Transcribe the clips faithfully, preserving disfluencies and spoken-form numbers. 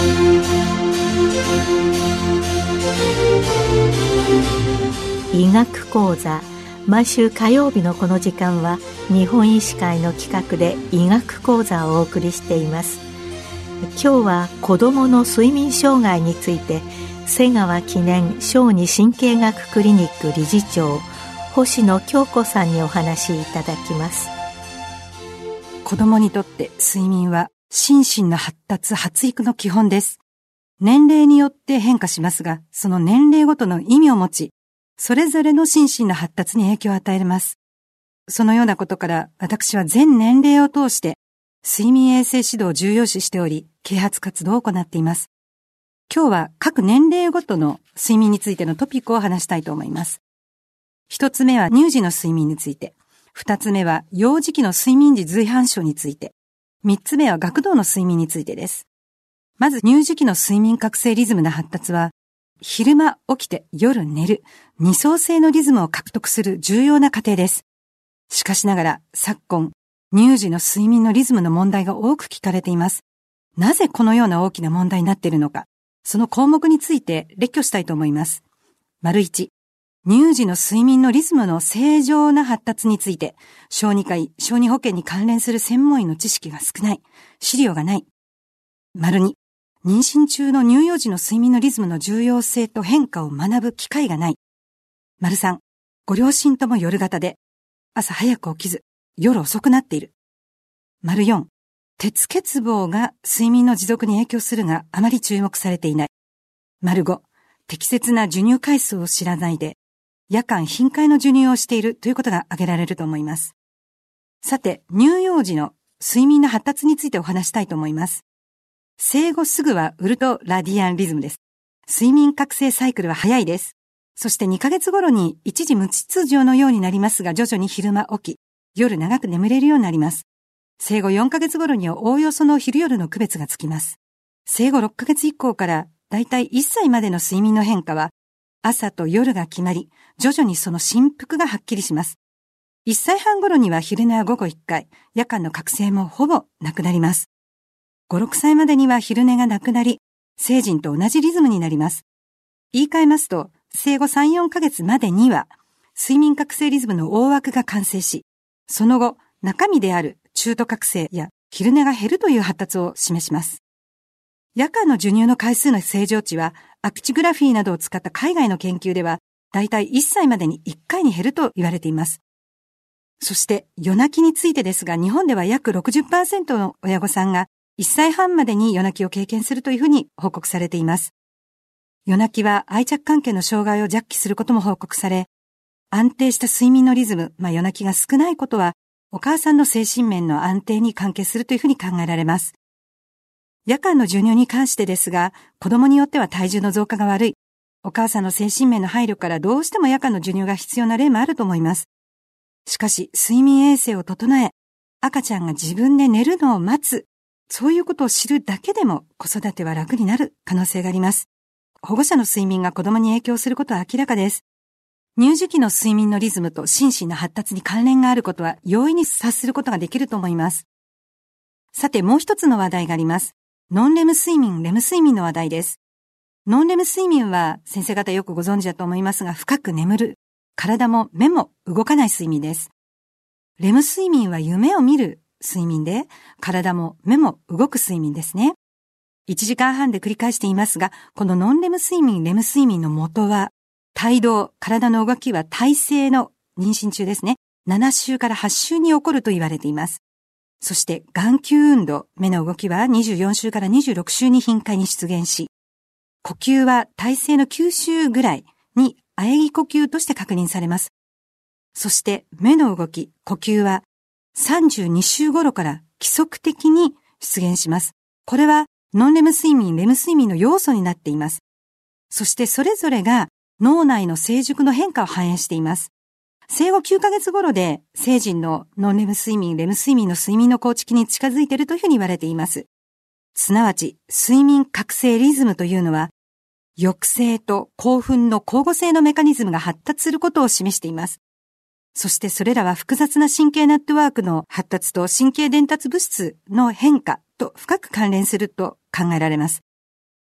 医学講座、毎週火曜日のこの時間は日本医師会の企画で医学講座をお送りしています。今日は子どもの睡眠障害について、瀬川記念小児神経学クリニック理事長星野京子さんにお話しいただきます。 子どもにとって睡眠は心身の発達発育の基本です。年齢によって変化しますが、その年齢ごとの意味を持ち、それぞれの心身の発達に影響を与えます。そのようなことから私は全年齢を通して睡眠衛生指導を重要視しており、啓発活動を行っています。今日は各年齢ごとの睡眠についてのトピックを話したいと思います。一つ目は乳児の睡眠について、二つ目は幼児期の睡眠時随伴症について、三つ目は学童の睡眠についてです。まず乳児期の睡眠覚醒リズムの発達は、昼間起きて夜寝る二相性のリズムを獲得する重要な過程です。しかしながら昨今、乳児の睡眠のリズムの問題が多く聞かれています。なぜこのような大きな問題になっているのか、その項目について列挙したいと思います。丸一、乳児の睡眠のリズムの正常な発達について、小児科医、小児保健に関連する専門医の知識が少ない、資料がない。丸二、妊娠中の乳幼児の睡眠のリズムの重要性と変化を学ぶ機会がない。丸三、ご両親とも夜型で、朝早く起きず、夜遅くなっている。丸四、鉄欠乏が睡眠の持続に影響するがあまり注目されていない。丸五、適切な授乳回数を知らないで、夜間頻回の授乳をしているということが挙げられると思います。さて、乳幼児の睡眠の発達についてお話したいと思います。生後すぐはウルトラディアンリズムです。睡眠覚醒サイクルは早いです。そしてにかげつ頃に一時無秩序のようになりますが、徐々に昼間起き、夜長く眠れるようになります。生後よんかげつ頃にはおおよその昼夜の区別がつきます。生後ろっかげつ以降からだいたいいっさいまでの睡眠の変化は、朝と夜が決まり、徐々にその振幅がはっきりします。いっさいはん頃には昼寝は午後いっかい、夜間の覚醒もほぼなくなります。ご、ろくさいまでには昼寝がなくなり、成人と同じリズムになります。言い換えますと、生後さん、よんかげつまでには、睡眠覚醒リズムの大枠が完成し、その後、中身である中途覚醒や昼寝が減るという発達を示します。夜間の授乳の回数の正常値は、アクチグラフィーなどを使った海外の研究では、だいたいいっさいまでにいっかいに減ると言われています。そして、夜泣きについてですが、日本では約 ろくじゅっパーセント の親御さんが、いっさいはんまでに夜泣きを経験するというふうに報告されています。夜泣きは愛着関係の障害を弱気することも報告され、安定した睡眠のリズム、まあ夜泣きが少ないことは、お母さんの精神面の安定に関係するというふうに考えられます。夜間の授乳に関してですが、子供によっては体重の増加が悪い、お母さんの精神面の配慮からどうしても夜間の授乳が必要な例もあると思います。しかし、睡眠衛生を整え、赤ちゃんが自分で寝るのを待つ、そういうことを知るだけでも子育ては楽になる可能性があります。保護者の睡眠が子供に影響することは明らかです。乳児期の睡眠のリズムと心身の発達に関連があることは容易に察することができると思います。さて、もう一つの話題があります。ノンレム睡眠、レム睡眠の話題です。ノンレム睡眠は先生方よくご存知だと思いますが、深く眠る、体も目も動かない睡眠です。レム睡眠は夢を見る睡眠で、体も目も動く睡眠ですね。いちじかんはんで繰り返していますが、このノンレム睡眠、レム睡眠の元は、胎動、体の動きは胎生の妊娠中ですね。ななしゅうからはちしゅうに起こると言われています。そして眼球運動、目の動きはにじゅうよんしゅうからにじゅうろくしゅうに頻回に出現し、呼吸は胎生のきゅうしゅうぐらいに喘ぎ呼吸として確認されます。そして目の動き、呼吸はさんじゅうにしゅう頃から規則的に出現します。これはノンレム睡眠、レム睡眠の要素になっています。そしてそれぞれが脳内の成熟の変化を反映しています。生後きゅうかげつ頃で成人のノンレム睡眠、レム睡眠の睡眠の構築に近づいているというふうに言われています。すなわち、睡眠覚醒リズムというのは、抑制と興奮の交互性のメカニズムが発達することを示しています。そしてそれらは複雑な神経ネットワークの発達と神経伝達物質の変化と深く関連すると考えられます。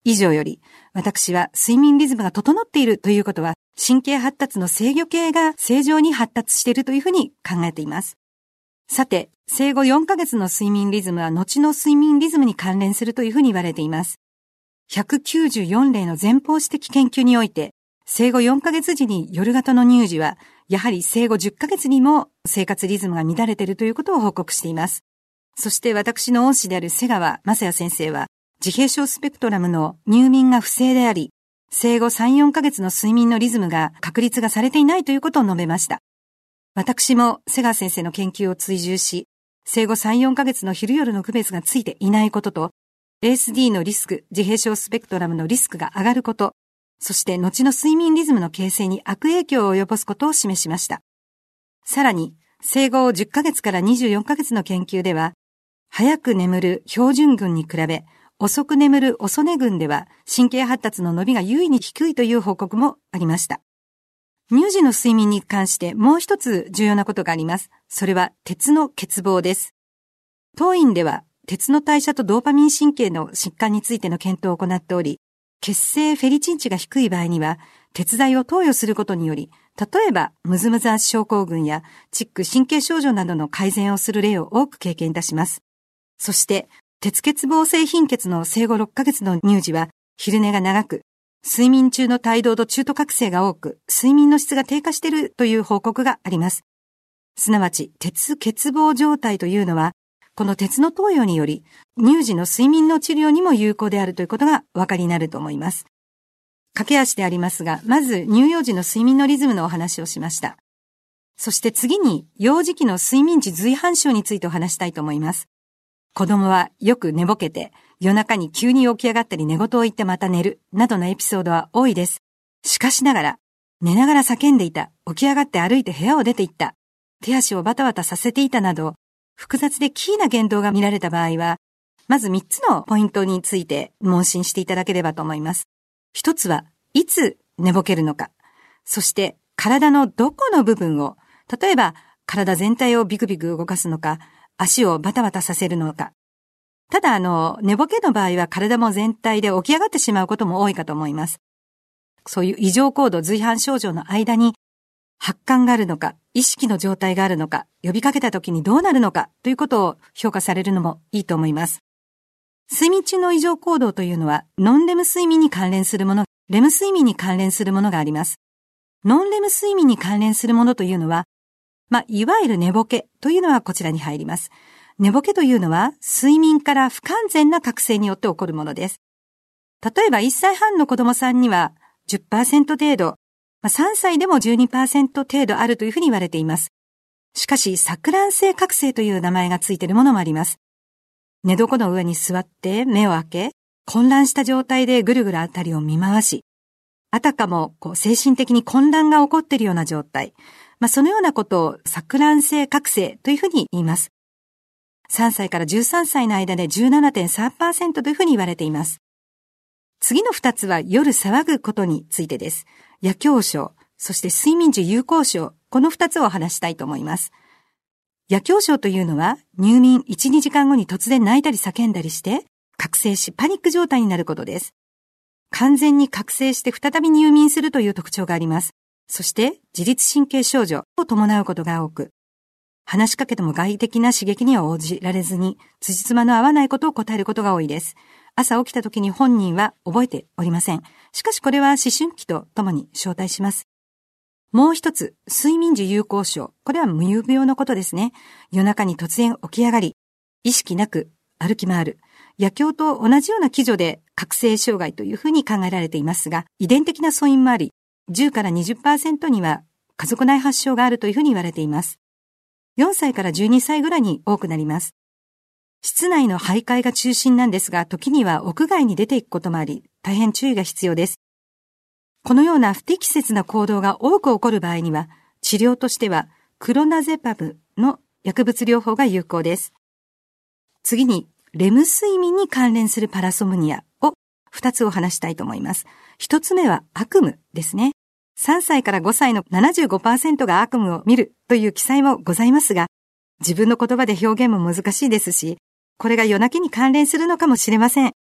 以上より、私は睡眠リズムが整っているということは、神経発達の制御系が正常に発達しているというふうに考えています。さて、生後よんかげつの睡眠リズムは後の睡眠リズムに関連するというふうに言われています。ひゃくきゅうじゅうよんれいの前方史的研究において、生後よんかげつ時に夜型の乳児は、やはり生後じゅっかげつにも生活リズムが乱れているということを報告しています。そして私の恩師である瀬川正也先生は、自閉症スペクトラムの入眠が不正であり、生後さん、よんかげつの睡眠のリズムが確立がされていないということを述べました。私も瀬川先生の研究を追従し、生後さん、よんかげつの昼夜の区別がついていないことと、エーエスディー のリスク、自閉症スペクトラムのリスクが上がること、そして後の睡眠リズムの形成に悪影響を及ぼすことを示しました。さらに、生後じゅっかげつからにじゅうよんかげつの研究では、早く眠る標準群に比べ、遅く眠る遅寝群では神経発達の伸びが優位に低いという報告もありました。乳児の睡眠に関してもう一つ重要なことがあります。それは鉄の欠乏です。当院では鉄の代謝とドーパミン神経の疾患についての検討を行っており、血清フェリチン値が低い場合には鉄剤を投与することにより、例えばムズムズ圧症候群やチック神経症状などの改善をする例を多く経験いたします。そして鉄欠乏性貧血の生後ろっかげつの乳児は昼寝が長く、睡眠中の帯同と中途覚醒が多く、睡眠の質が低下しているという報告があります。すなわち、鉄欠乏状態というのは、この鉄の投与により、乳児の睡眠の治療にも有効であるということがお分かりになると思います。駆け足でありますが、まず乳幼児の睡眠のリズムのお話をしました。そして次に、幼児期の睡眠時随伴症についてお話したいと思います。子供はよく寝ぼけて、夜中に急に起き上がったり寝言を言ってまた寝る、などのエピソードは多いです。しかしながら、寝ながら叫んでいた、起き上がって歩いて部屋を出て行った、手足をバタバタさせていたなど、複雑でキーな言動が見られた場合は、まずみっつのポイントについて問診していただければと思います。一つは、いつ寝ぼけるのか。そして、体のどこの部分を、例えば、体全体をビクビク動かすのか、足をバタバタさせるのか。ただあの、寝ぼけの場合は体も全体で起き上がってしまうことも多いかと思います。そういう異常行動随伴症状の間に発汗があるのか、意識の状態があるのか、呼びかけた時にどうなるのかということを評価されるのもいいと思います。睡眠中の異常行動というのはノンレム睡眠に関連するもの、レム睡眠に関連するものがあります。ノンレム睡眠に関連するものというのは、まあ、いわゆる寝ぼけというのはこちらに入ります。寝ぼけというのは睡眠から不完全な覚醒によって起こるものです。例えばいっさいはんの子供さんには じゅっパーセント 程度、まあ、さんさいでも じゅうにパーセント 程度あるというふうに言われています。しかし錯乱性覚醒という名前がついているものもあります。寝床の上に座って目を開け、混乱した状態でぐるぐるあたりを見回し、あたかもこう精神的に混乱が起こっているような状態、まあ、そのようなことを錯乱性覚醒というふうに言います。さんさいからじゅうさんさいの間で じゅうななてんさんパーセント というふうに言われています。次のふたつは夜騒ぐことについてです。夜恐症、そして睡眠時有効症、このふたつをお話したいと思います。夜恐症というのは入眠いち、にじかんごに突然泣いたり叫んだりして覚醒しパニック状態になることです。完全に覚醒して再び入眠するという特徴があります。そして自律神経症状を伴うことが多く、話しかけても外的な刺激には応じられずに、辻褄の合わないことを答えることが多いです。朝起きた時に本人は覚えておりません。しかしこれは思春期とともに招待します。もう一つ、睡眠時有効症。これは無遊病のことですね。夜中に突然起き上がり、意識なく歩き回る。夜狂と同じような基準で覚醒障害というふうに考えられていますが、遺伝的な素因もあり、じゅうから にじゅっパーセント には家族内発症があるというふうに言われています。よんさいからじゅうにさいぐらいに多くなります。室内の徘徊が中心なんですが、時には屋外に出ていくこともあり、大変注意が必要です。このような不適切な行動が多く起こる場合には、治療としてはクロナゼパムの薬物療法が有効です。次に、レム睡眠に関連するパラソムニアをふたつお話したいと思います。ひとつめは悪夢ですね。さんさいからごさいの ななじゅうごパーセント が悪夢を見るという記載もございますが、自分の言葉で表現も難しいですし、これが夜泣きに関連するのかもしれません。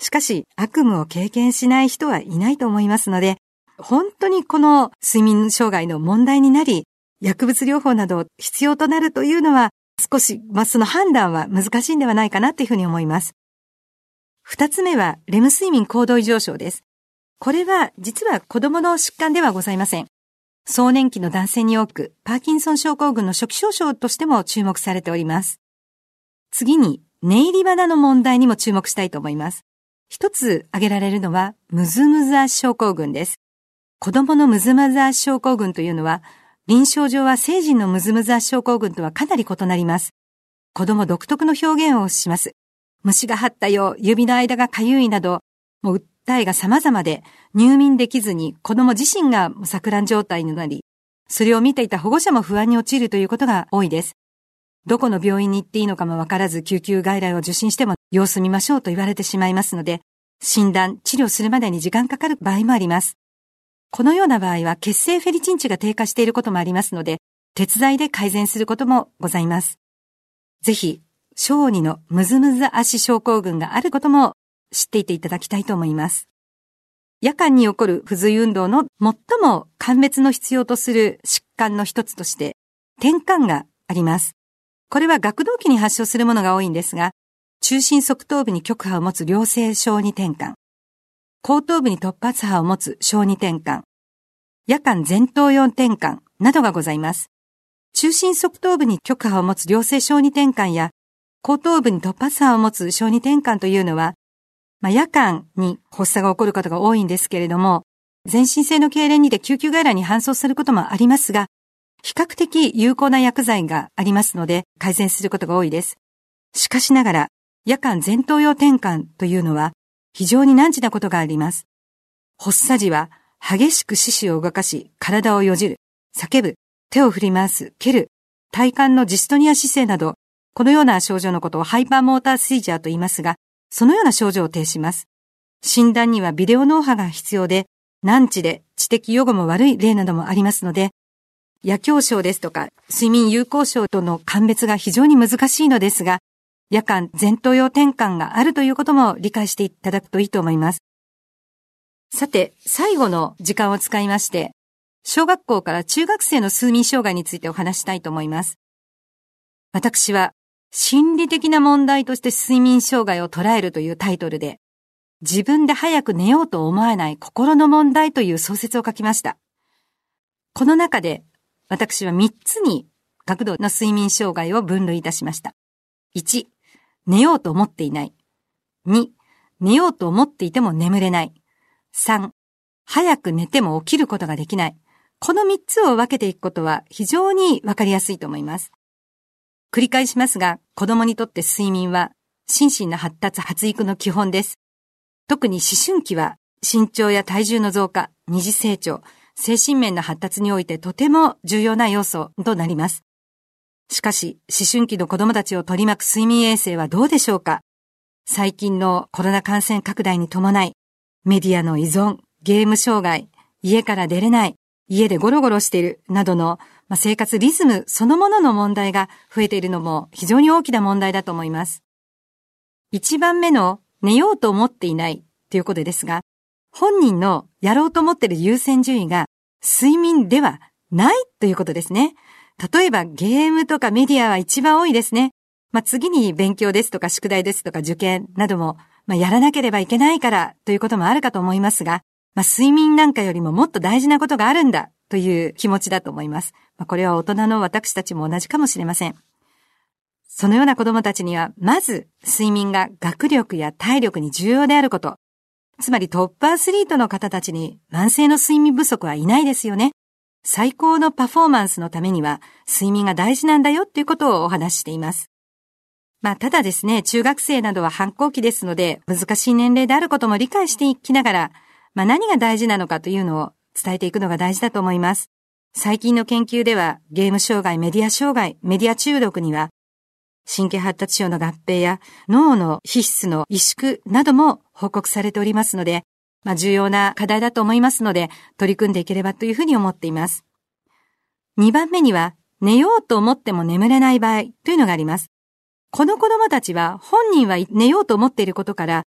しかし、悪夢を経験しない人はいないと思いますので、本当にこの睡眠障害の問題になり、薬物療法など必要となるというのは、少し、まあ、その判断は難しいんではないかなというふうに思います。二つ目は、レム睡眠高度異常症です。これは、実は子供の疾患ではございません。壮年期の男性に多く、パーキンソン症候群の初期症状としても注目されております。次に、寝入り鼻の問題にも注目したいと思います。一つ挙げられるのは、ムズムズ足症候群です。子供のムズムズ足症候群というのは、臨床上は成人のムズムズ足症候群とはかなり異なります。子供独特の表現をします。虫が張ったよ、指の間がかゆいなど、もう訴えが様々で、入眠できずに子供自身が錯乱状態になり、それを見ていた保護者も不安に陥るということが多いです。どこの病院に行っていいのかもわからず救急外来を受診しても様子見ましょうと言われてしまいますので、診断、治療するまでに時間かかる場合もあります。このような場合は血清フェリチン値が低下していることもありますので、鉄剤で改善することもございます。ぜひ、小児のムズムズ足症候群があることも知っていていただきたいと思います。夜間に起こる不随運動の最も鑑別の必要とする疾患の一つとして、転換があります。これは学童期に発症するものが多いんですが、中心側頭部に極波を持つ良性小児転換、後頭部に突発波を持つ小児転換、夜間前頭葉転換などがございます。中心側頭部に極波を持つ良性小児転換や、後頭部に突発波を持つ小児転換というのは、まあ、夜間に発作が起こることが多いんですけれども、全身性の痙攣にて救急外来に搬送することもありますが、比較的有効な薬剤がありますので改善することが多いです。しかしながら、夜間前頭葉転換というのは非常に難儀なことがあります。発作時は激しく四肢を動かし、体をよじる、叫ぶ、手を振り回す、蹴る、体幹のジストニア姿勢など、このような症状のことをハイパーモーターシージャーと言いますが、そのような症状を呈します。診断にはビデオ脳波が必要で、難治で知的予後も悪い例などもありますので、夜狭症ですとか睡眠有効症との鑑別が非常に難しいのですが、夜間前頭葉転換があるということも理解していただくといいと思います。さて、最後の時間を使いまして、小学校から中学生の睡眠障害についてお話したいと思います。私は、心理的な問題として睡眠障害を捉えるというタイトルで、自分で早く寝ようと思わない心の問題という創設を書きました。この中で、私はみっつに学童の睡眠障害を分類いたしました。いち、寝ようと思っていない。に、寝ようと思っていても眠れない。さん、早く寝ても起きることができない。このみっつを分けていくことは非常にわかりやすいと思います。繰り返しますが、子供にとって睡眠は心身の発達発育の基本です。特に思春期は身長や体重の増加、二次成長、精神面の発達においてとても重要な要素となります。しかし、思春期の子供たちを取り巻く睡眠衛生はどうでしょうか？最近のコロナ感染拡大に伴い、メディアの依存、ゲーム障害、家から出れない、家でゴロゴロしているなどの、まあ、生活リズムそのものの問題が増えているのも非常に大きな問題だと思います。一番目の寝ようと思っていないということですが、本人のやろうと思っている優先順位が睡眠ではないということですね。例えばゲームとかメディアは一番多いですね。まあ、次に勉強ですとか宿題ですとか受験なども、まあ、やらなければいけないからということもあるかと思いますが、まあ、睡眠なんかよりももっと大事なことがあるんだという気持ちだと思います。まあ、これは大人の私たちも同じかもしれません。そのような子供たちには、まず睡眠が学力や体力に重要であること。つまりトップアスリートの方たちに慢性の睡眠不足はいないですよね。最高のパフォーマンスのためには睡眠が大事なんだよっていうことをお話ししています。まあただですね、中学生などは反抗期ですので難しい年齢であることも理解していきながら、まあ何が大事なのかというのを伝えていくのが大事だと思います。最近の研究ではゲーム障害、メディア障害、メディア中毒には神経発達症の合併や脳の皮質の萎縮なども報告されておりますので、まあ重要な課題だと思いますので取り組んでいければというふうに思っています。にばんめには寝ようと思っても眠れない場合というのがあります。この子供たちは本人は寝ようと思っていることから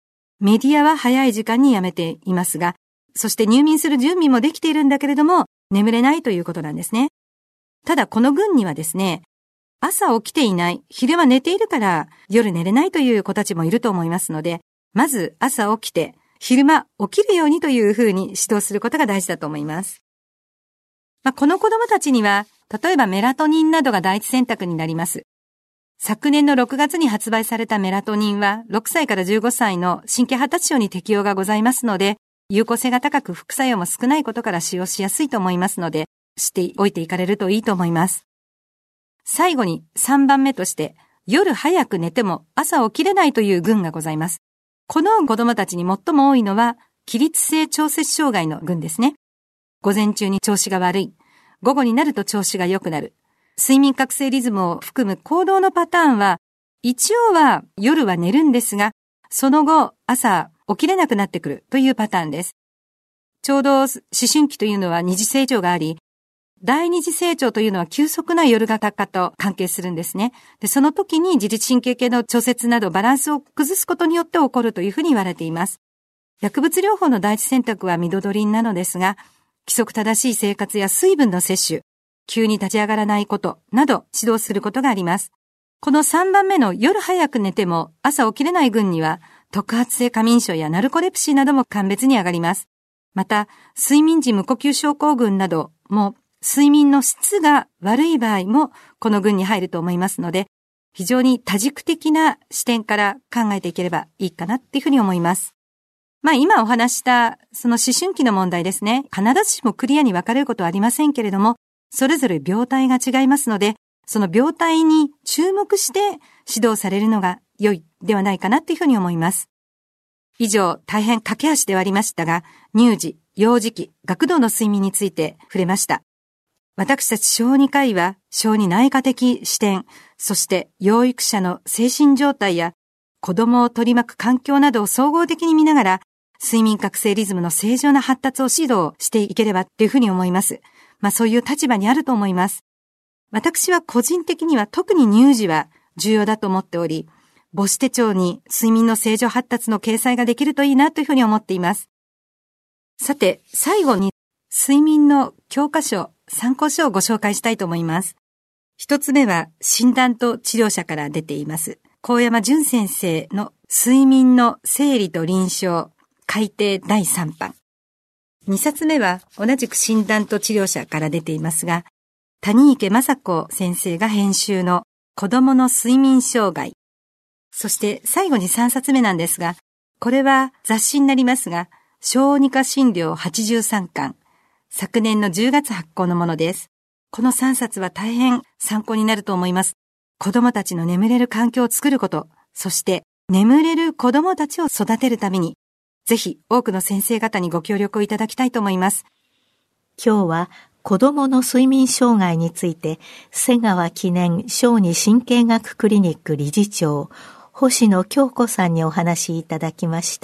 メディアは早い時間にやめていますが、そして入眠する準備もできているんだけれども、眠れないということなんですね。ただこの群にはですね、朝起きていない、昼間寝ているから夜寝れないという子たちもいると思いますので、まず朝起きて、昼間起きるようにというふうに指導することが大事だと思います。まあ、この子供たちには、例えばメラトニンなどが第一選択になります。昨年のろくがつに発売されたメラトニンは、ろくさいからじゅうごさいの神経発達症に適用がございますので、有効性が高く副作用も少ないことから使用しやすいと思いますので、知っておいていかれるといいと思います。最後にさんばんめとして、夜早く寝ても朝起きれないという群がございます。この子供たちに最も多いのは、起立性調節障害の群ですね。午前中に調子が悪い。午後になると調子が良くなる。睡眠覚醒リズムを含む行動のパターンは、一応は夜は寝るんですが、その後朝起きれなくなってくるというパターンです。ちょうど思春期というのは二次成長があり、第二次成長というのは急速な夜型化と関係するんですね。で、その時に自律神経系の調節などバランスを崩すことによって起こるというふうに言われています。薬物療法の第一選択はミドドリンなのですが、規則正しい生活や水分の摂取、急に立ち上がらないことなど指導することがあります。このさんばんめの夜早く寝ても朝起きれない群には、特発性過眠症やナルコレプシーなども鑑別に上がります。また、睡眠時無呼吸症候群なども睡眠の質が悪い場合もこの群に入ると思いますので、非常に多軸的な視点から考えていければいいかなっていうふうに思います。まあ今お話したその思春期の問題ですね。必ずしもクリアに分かれることはありませんけれども、それぞれ病態が違いますので、その病態に注目して指導されるのが良いではないかなっていうふうに思います。以上、大変駆け足ではありましたが、乳児、幼児期、学童の睡眠について触れました。私たち小児科医は小児内科的視点、そして養育者の精神状態や子供を取り巻く環境などを総合的に見ながら、睡眠覚醒リズムの正常な発達を指導していければというふうに思います。まあそういう立場にあると思います。私は個人的には特に乳児は重要だと思っており、母子手帳に睡眠の正常発達の掲載ができるといいなというふうに思っています。さて、最後に睡眠の教科書、参考書をご紹介したいと思います。一つ目は診断と治療者から出ています。高山淳先生の睡眠の生理と臨床改訂だいさんばん。二冊目は同じく診断と治療者から出ていますが、谷池雅子先生が編集の子供の睡眠障害。そして最後にさんさつめなんですが、これは雑誌になりますが、小児科診療はちじゅうさんかん。昨年のじゅうがつ発行のものです。このさんさつは大変参考になると思います。子供たちの眠れる環境を作ること、そして眠れる子供たちを育てるために、ぜひ多くの先生方にご協力をいただきたいと思います。 今日は子供の睡眠障害について、瀬川記念小児神経学クリニック理事長、星野京子さんにお話いただきました。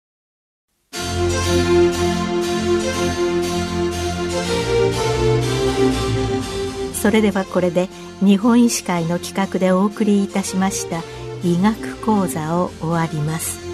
それではこれで日本医師会の企画でお送りいたしました医学講座を終わります。